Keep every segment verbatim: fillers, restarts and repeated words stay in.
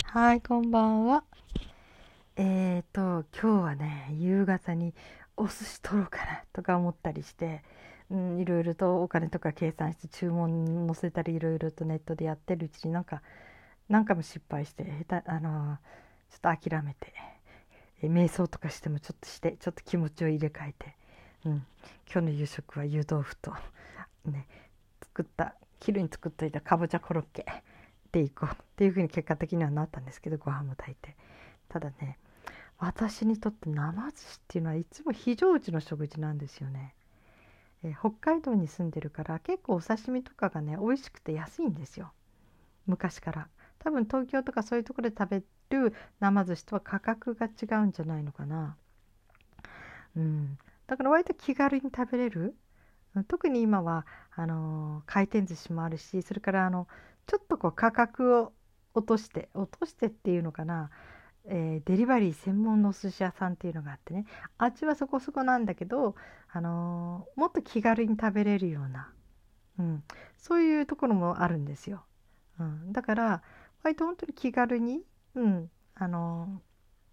はい、こんばんは。えーと、今日はね、夕方にお寿司取ろうかなとか思ったりして、うん、いろいろとお金とか計算して注文載せたりいろいろとネットでやってるうちになんか、何回も失敗して、下手、あのーちょっと諦めて、え瞑想とかしてもちょっとして、ちょっと気持ちを入れ替えて、うん、今日の夕食は湯豆腐と、ね、作った、昼に作っといたかぼちゃコロッケでいこうっていうふうに結果的にはなったんですけど、ご飯も炊いて。ただね、私にとって生寿司っていうのはいつも非常時の食事なんですよね。えー北海道に住んでるから結構お刺身とかがね美味しくて安いんですよ、昔から。多分東京とかそういうところで食べる生寿司とは価格が違うんじゃないのかな。うん、だから割と気軽に食べれる。特に今はあのー回転寿司もあるし、それからあのちょっとこう価格を落として落としてっていうのかな、えーデリバリー専門のお寿司屋さんっていうのがあってね、味はそこそこなんだけど、あのーもっと気軽に食べれるような、うん、そういうところもあるんですよ。うん、だから割と本当に気軽に、うん、あの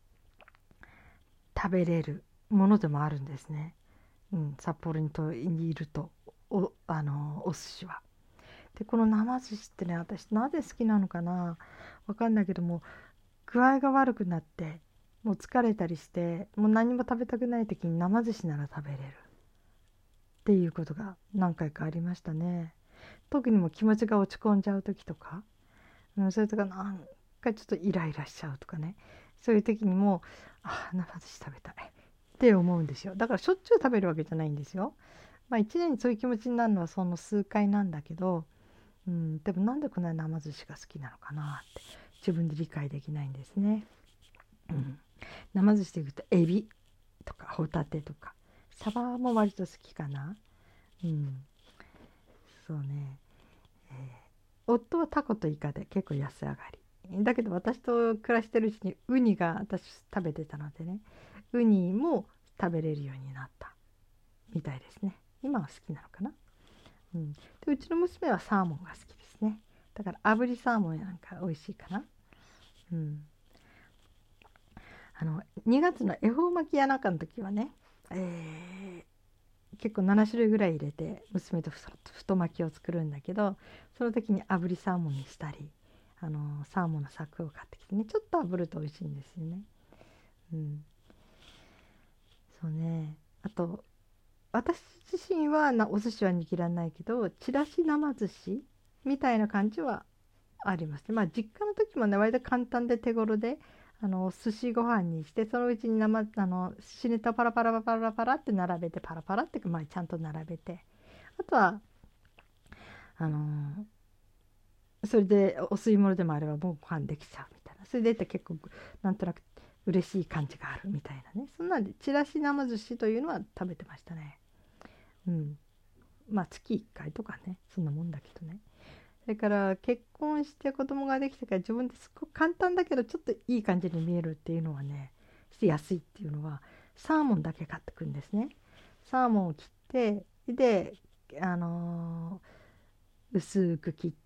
ー食べれるものでもあるんですね。うん、札幌にとにいると、お、あのーお寿司は。でこの生寿司ってね、私なぜ好きなのかな、わかんないけども、具合が悪くなってもう疲れたりして、もう何も食べたくない時に生寿司なら食べれるっていうことが何回かありましたね。特にもう気持ちが落ち込んじゃう時とか、うん、それとかなんかちょっとイライラしちゃうとかね、そういう時にもあ生寿司食べたいって思うんですよ。だからしょっちゅう食べるわけじゃないんですよ。まあ一年にそういう気持ちになるのはその数回なんだけど、うん、でもなんでこんなに生寿司が好きなのかなって自分で理解できないんですね。うん、生寿司でいうとエビとかホタテとかサバも割と好きかな。うん、そうね、えー夫はタコとイカで結構安上がりだけど、私と暮らしてるうちにウニが私食べてたのでね、ウニも食べれるようになったみたいですね。今は好きなのかな。うん、でうちの娘はサーモンが好きですね。だから炙りサーモンなんか美味しいかな。うん、あのにがつの恵方巻きやなんかの時はね、えー結構なな種類ぐらい入れて娘と太巻きを作るんだけど、その時に炙りサーモンにしたり、あのサーモンの柵を買ってきてね、ちょっと炙ると美味しいんですよね。うん、そうね。あと私自身はなお寿司は握らないけど、ちらし生寿司みたいな感じはありますね。まあ実家の時もね、割と簡単で手頃で、あの寿司ご飯にして、そのうちに生あの寿司ネタをパラパラパラパラって並べて、パラパラっていうか、まあ、ちゃんと並べて、あとはあのそれでお吸い物でもあればもうご飯できちゃうみたいな、それでいったら結構なんとなく嬉しい感じがあるみたいなね、そんなんでちらし生寿司というのは食べてましたね。うん、まあ月いっかいとかね、そんなもんだけどね。それから結婚して子供ができてから自分ですごく簡単だけどちょっといい感じに見えるっていうのはね、して安いっていうのは、サーモンだけ買ってくるんですね。サーモンを切って、であのー薄く切って、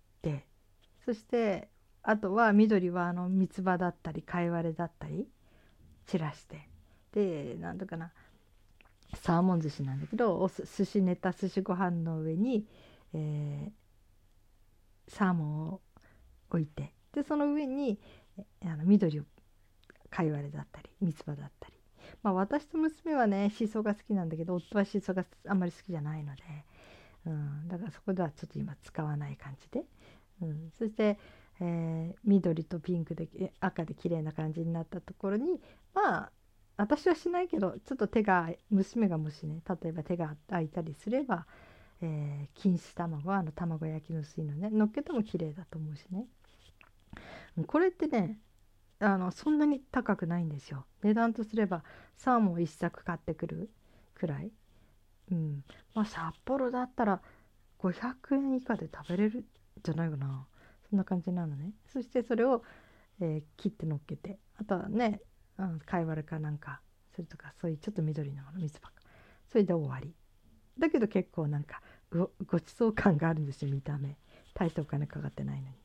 そしてあとは緑はあの三つ葉だったり貝割れだったり散らして、でなんとかな、サーモン寿司なんだけど、おす寿司ネタ寿司ご飯の上に、えーサーモンを置いて、でその上にあの緑を貝割れだったり三つ葉だったり、まあ私と娘はねシソが好きなんだけど、夫はシソがあんまり好きじゃないので、うん、だからそこではちょっと今使わない感じで、うん、そして、えー緑とピンクで赤で綺麗な感じになったところに、まあ私はしないけど、ちょっと手が娘がもしね、例えば手が空いたりすれば、えー錦糸卵、あの卵焼きの薄いのね乗っけても綺麗だと思うしね。これってね、あのそんなに高くないんですよ、値段とすれば。サーモンいっさく買ってくるくらい。うん、まあ札幌だったらごひゃくえん以下で食べれるんじゃないかな、そんな感じなのね。そしてそれを、えー切って乗っけて、あとはね、うん、貝割れかなんか、それとかそういうちょっと緑のもの、水ばっか、それで終わり。だけど結構なんかご、ごちそう感があるんですよ、見た目。大してお金かかってないのに。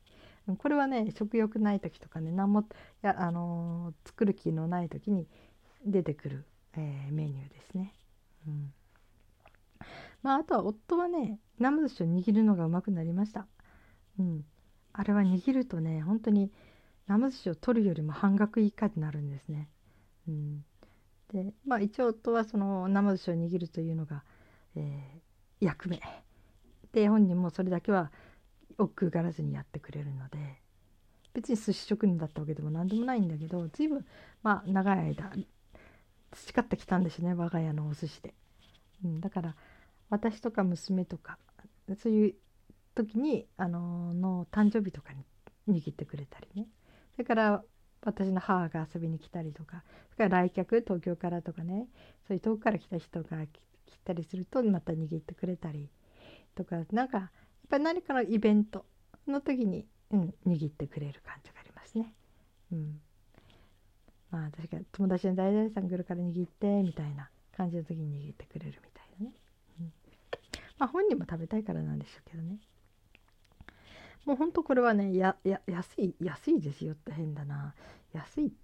これはね食欲ない時とかね何もや、あのー作る気のない時に出てくる、えーメニューですね。うん、まああとは夫はね生寿司を握るのがうまくなりました。うん、あれは握るとね本当に生寿司を取るよりも半額以下になるんですね。うん、でまあ一応夫はその生寿司を握るというのが、えー役目で、本人もそれだけは億劫がらずにやってくれるので、別に寿司職人だったわけでも何でもないんだけど、随分まあ長い間培ってきたんですね、我が家のお寿司で。うん、だから私とか娘とかそういう時に、あのーの誕生日とかに握ってくれたりね。それから私の母が遊びに来たりとか、それから来客、東京からとかね、そういう遠くから来た人が来来たりするとまた握ってくれたりとか、なんかやっぱり何かのイベントの時に、うん、握ってくれる感じがありますね。うん、まあ確かに友達の誰々さん来るから握ってみたいな感じの時に握ってくれるみたいなね。うん、まあ本人も食べたいからなんでしょうけどね。もうほんとこれはね、やや安い安いですよって変だな。安い、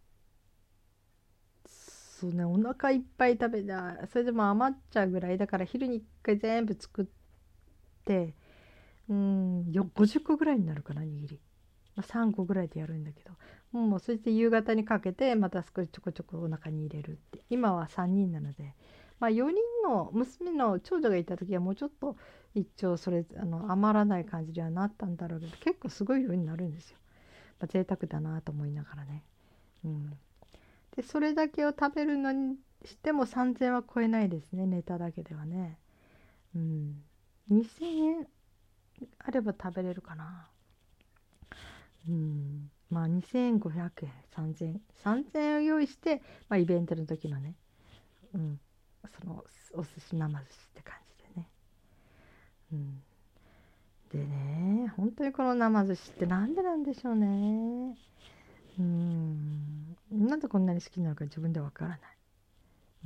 そうね、お腹いっぱい食べた、それでも余っちゃうぐらいだから、昼にいっかい全部作って、うんよごじゅっこぐらいになるかな、握り。まあ、さんこぐらいでやるんだけど、もうそして夕方にかけてまた少しちょこちょこお腹に入れるって。今はさんにんなので、まあ、よにんの娘の長女がいた時はもうちょっと一応それあの余らない感じにはなったんだろうけど、結構すごい量になるんですよ。まあ、贅沢だなと思いながらね。うん、でそれだけを食べるのにしてもさんぜんは超えないですね、ネタだけではね。うん、にせんえんあれば食べれるかな。うん、まあにせんごひゃくえん、さんぜん、さんぜんえんを用意して、まあ、イベントの時のね、うん、そのお寿司生寿司って感じでね。うん、でね、本当にこの生寿司ってなんでなんでしょうね。うん、なんでこんなに好きなのか自分ではわからない。うん、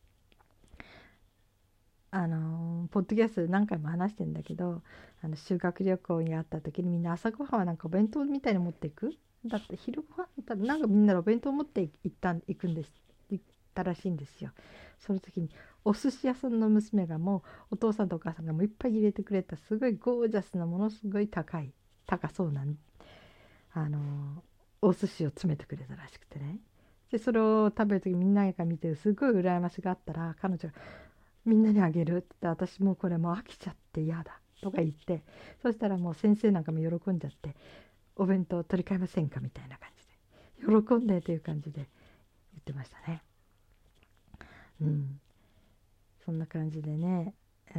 あのポッドキャストで何回も話してんだけど、あの修学旅行にあった時にみんな朝ごはんはなんかお弁当みたいに持っていく。だって昼ごはんだったらなんかみんなでお弁当持って行った行くんです行ったらしいんですよ。その時にお寿司屋さんの娘がもうお父さんとお母さんがもういっぱい入れてくれたすごいゴージャスなものすごい高い高そうなあのお寿司を詰めてくれたらしくてね。でそれを食べる時みんなが見てすごい羨ましがあったら、彼女がみんなにあげるって言って、私もうこれもう飽きちゃって嫌だとか言って、そしたらもう先生なんかも喜んじゃって、お弁当取り替えませんかみたいな感じで喜んでという感じで言ってましたね。うん、そんな感じでね、うん、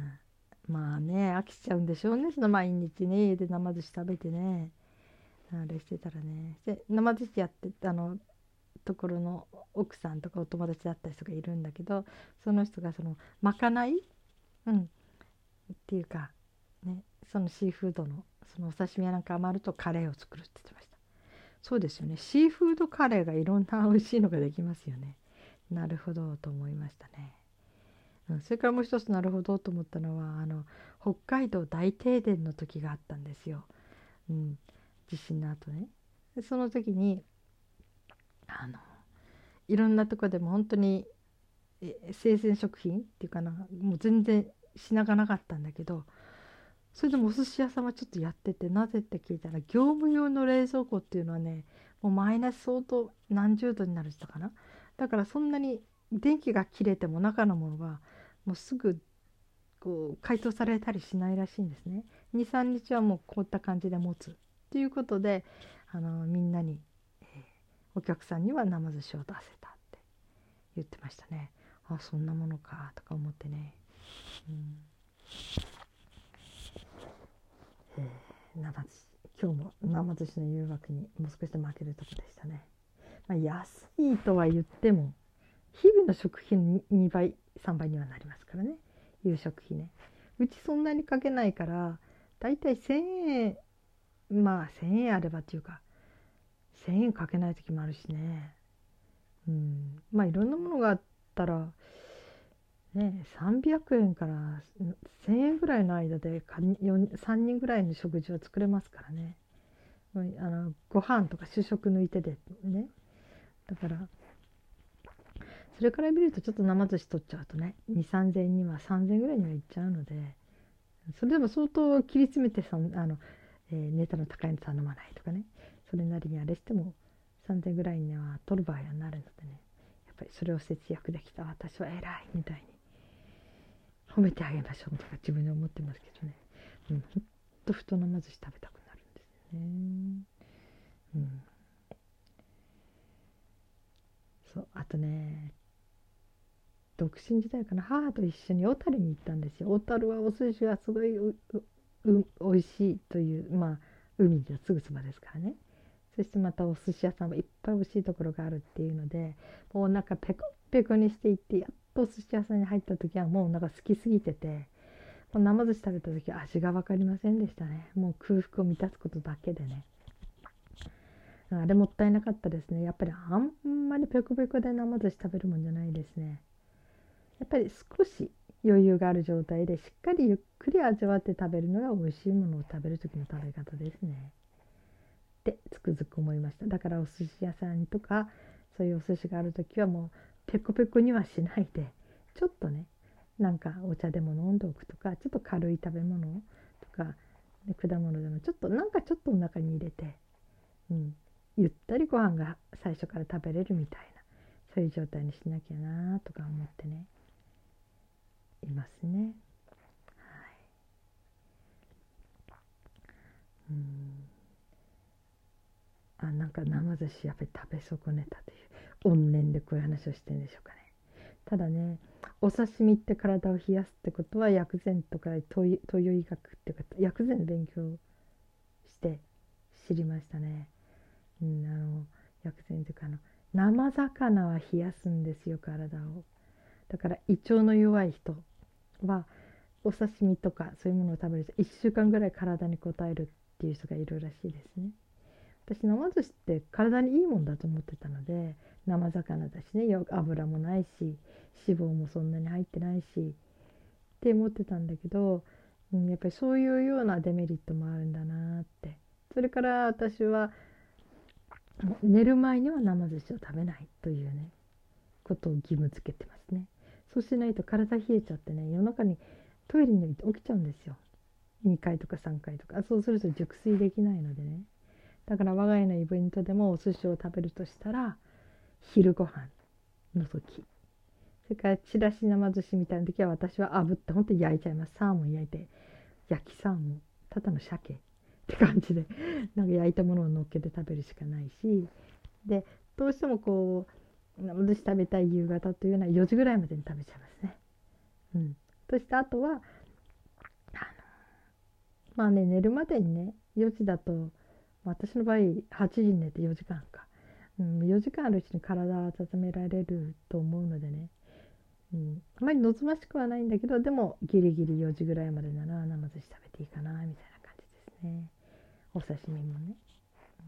まあね飽きちゃうんでしょうね、その毎日ね家で生寿司食べてね、あれしてたらね。で生寿司やってあのところの奥さんとかお友達だった人がいるんだけど、その人がそのまかない、うん、っていうか、ね、そのシーフードのそのお刺身やなんか余るとカレーを作るって言ってました。そうですよね、シーフードカレーがいろんな美味しいのができますよね。なるほどと思いましたね。うん、それからもう一つなるほどと思ったのは、あの北海道大停電の時があったんですよ。うん、地震の後ね。でその時にあのいろんなとこでも本当にえ生鮮食品っていうかな、もう全然品がなかったんだけど、それでもお寿司屋さんはちょっとやってて、なぜって聞いたら業務用の冷蔵庫っていうのはね、もうマイナス相当何十度になるって言ったかな。だからそんなに電気が切れても中のものがもうすぐこう解凍されたりしないらしいんですね。にさんにちはもうこういった感じで持つっていうことで、あのみんなに、えーお客さんには生寿司を出せたって言ってましたね。あ、そんなものかとか思ってね。うん、えー生寿司、今日も生寿司の誘惑にもう少しで負けるとこでしたね。まあ、安いとは言っても日々の食費のにばいさんばいにはなりますからね、夕食費ね。うちそんなにかけないからだいたいせんえん、まあせんえんあればっていうかせんえんかけない時もあるしね。うん、まあいろんなものがあったらね、さんびゃくえんからせんえんぐらいの間でかよんさんにんぐらいの食事を作れますからね。 あのご飯とか主食抜いてでね。だからそれから見るとちょっと生寿司取っちゃうとねにさんぜんえんにはさんぜんえんぐらいにはいっちゃうので、それでも相当切り詰めてさあの、えー、ネタの高いの頼まないとかね、それなりにあれしてもさんぜんえんぐらいには取る場合はなるのでね、やっぱりそれを節約できた私は偉いみたいに褒めてあげましょうとか自分で思ってますけどね、うん、ほんと太生寿司食べたくなるんですよね。うん、そうあとね、独身時代かな、母と一緒に小樽に行ったんですよ。小樽はお寿司がすごいう、う、う、美味しいという、まあ海のすぐそばですからね。そしてまたお寿司屋さんもいっぱい美味しいところがあるっていうので、もうお腹ペコペコにしていって、やっとお寿司屋さんに入った時はもうお腹空きすぎてて、もう生寿司食べた時は味が分かりませんでしたね。もう空腹を満たすことだけでね、あれもったいなかったですね。やっぱりあんまりペコペコで生寿司食べるもんじゃないですね。やっぱり少し余裕がある状態でしっかりゆっくり味わって食べるのが美味しいものを食べる時の食べ方ですねってつくづく思いました。だからお寿司屋さんとかそういうお寿司がある時はもうペコペコにはしないで、ちょっとね、なんかお茶でも飲んでおくとか、ちょっと軽い食べ物とか、で果物でもちょっとなんかちょっとお腹に入れて、うん、ゆったりご飯が最初から食べれるみたいな、そういう状態にしなきゃなとか思ってねいますね。はい、うんあなんか生寿司やっぱり食べ損ねたという怨念でこういう話をしてるんでしょうかね。ただね、お刺身って体を冷やすってことは薬膳とか東洋医学っていうか薬膳の勉強して知りましたね。うん、あの薬膳というかあの生魚は冷やすんですよ体を。だから胃腸の弱い人はお刺身とかそういうものを食べるといっしゅうかんぐらい体に応えるっていう人がいるらしいですね。私生寿司って体にいいもんだと思ってたので、生魚だしね、よ油もないし脂肪もそんなに入ってないしって思ってたんだけど、うん、やっぱりそういうようなデメリットもあるんだなって。それから私は寝る前には生寿司を食べないというねことを義務付けてますね。そうしないと体冷えちゃってね、夜中にトイレに起きちゃうんですよ。にかいとかさんかいとか、そうすると熟睡できないのでね。だから我が家のイベントでもお寿司を食べるとしたら昼ご飯の時、それからちらし生寿司みたいな時は私は炙って本当に焼いちゃいます。サーモン焼いて、焼きサーモン、ただの鮭って感じでなんか焼いたものを乗っけて食べるしかないし、でどうしてもこう生寿司食べたい夕方というのはよじぐらいまでに食べちゃいますね。うん、そしてあとはあのまあね、寝るまでにねよじだと、私の場合はちじに寝てよじかんか、うん、よじかんあるうちに体を温められると思うのでね、うん、あまり望ましくはないんだけど、でもギリギリよじぐらいまでなら生寿司食べていいかなみたいな感じですね。お刺身もね、うん、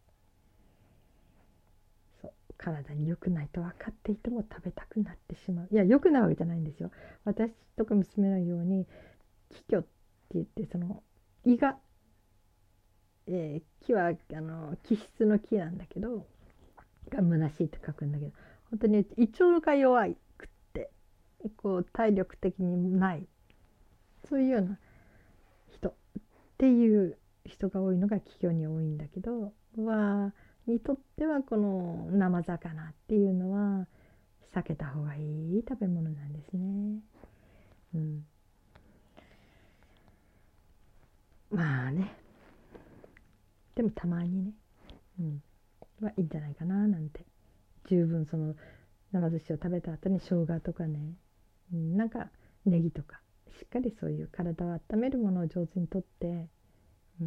そう体に良くないと分かっていても食べたくなってしまう。いや良くないわけじゃないんですよ。私とか娘のように気虚って言って、その胃が、えー、気はあの気質の気なんだけど、が虚しいって書くんだけど、本当に胃腸が弱くってこう体力的にない、そういうような人っていう人が多いのが気虚に多いんだけど、はにとってはこの生魚っていうのは避けた方がいい食べ物なんですね。うん、まあね、でもたまにね、うん、はいいんじゃないかななんて。十分その生寿司を食べた後に生姜とかね、うん、なんかネギとかしっかりそういう体を温めるものを上手にとって、うん、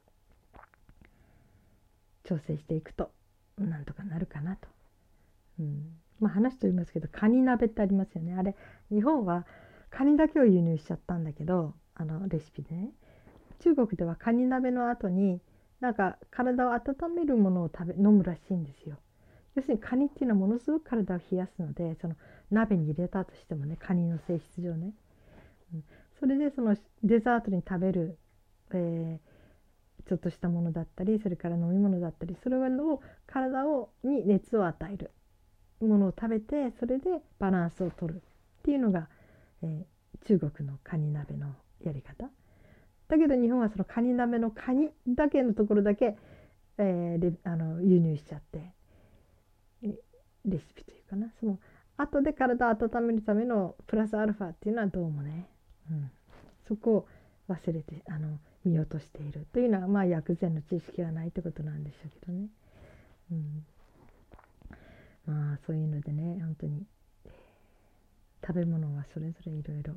調整していくとなんとかなるかなと。うん、まあ話と言いますけど、カニ鍋ってありますよね。あれ日本はカニだけを輸入しちゃったんだけど、あのレシピでね、中国ではカニ鍋の後になんか体を温めるものを食べ飲むらしいんですよ。要するにカニっていうのはものすごく体を冷やすので、その鍋に入れたとしてもね、カニの性質上ね、うん、それでそのデザートに食べる、えちょっとしたものだったり、それから飲み物だったり、それを体をに熱を与えるものを食べて、それでバランスを取るっていうのが、えー、中国のカニ鍋のやり方だけど、日本はそのカニ鍋のカニだけのところだけ、えー、レあの輸入しちゃって、レシピというかな、その後で体を温めるためのプラスアルファっていうのはどうもね、うん、そこを忘れてあの見落としているというのは、まあ薬膳の知識がないってことなんでしょうけどね、うん、まあそういうのでね、本当に食べ物はそれぞれいろいろ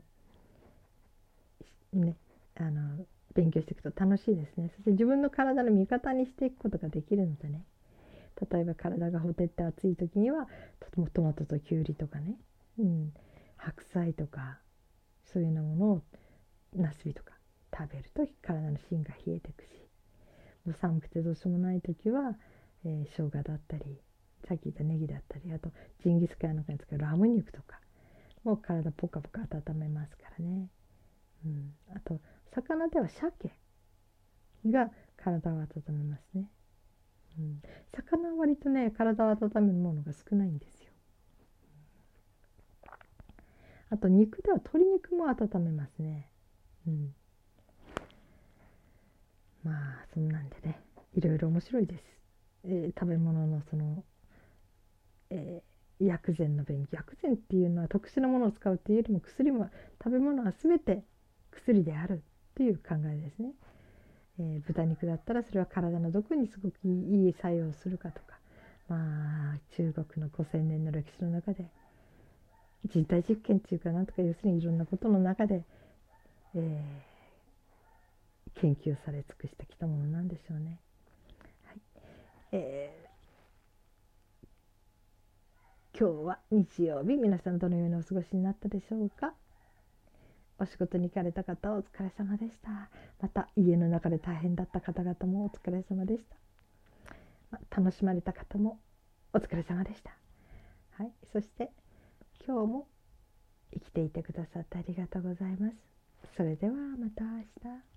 ね、あの勉強していくと楽しいですね。そして自分の体の味方にしていくことができるのでね、例えば体がほてって暑い時にはトマトときゅうりとかね、うん、白菜とかそういうようなものをナスビとか食べると体の芯が冷えていくし、もう寒くてどうしようもない時は、えー、生姜だったり、さっき言ったネギだったり、あとジンギスカンなんかに使うラム肉とかもう体ポカポカ温めますからね、うん、あと魚では鮭が体を温めますね、うん、魚は割とね体を温めるものが少ないんですよ。あと肉では鶏肉も温めますね、うん、まあそんなんでね、いろいろ面白いです、えー、食べ物のその、えー、薬膳の勉強。薬膳っていうのは特殊なものを使うっていうよりも、薬も食べ物は全て薬であるという考えですね。えー、豚肉だったらそれは体のどこにすごくいい作用をするかとか、まあ中国のごせんねんの歴史の中で人体実験っていうかなんとか、要するにいろんなことの中で、えー、研究され尽くしてきたものなんでしょうね。はい、えー、今日は日曜日、皆さんどのようにお過ごしになったでしょうか。お仕事に行かれた方はお疲れ様でした。また家の中で大変だった方々もお疲れ様でした。まあ、楽しまれた方もお疲れ様でした。はい、そして今日も生きていてくださってありがとうございます。それではまた明日。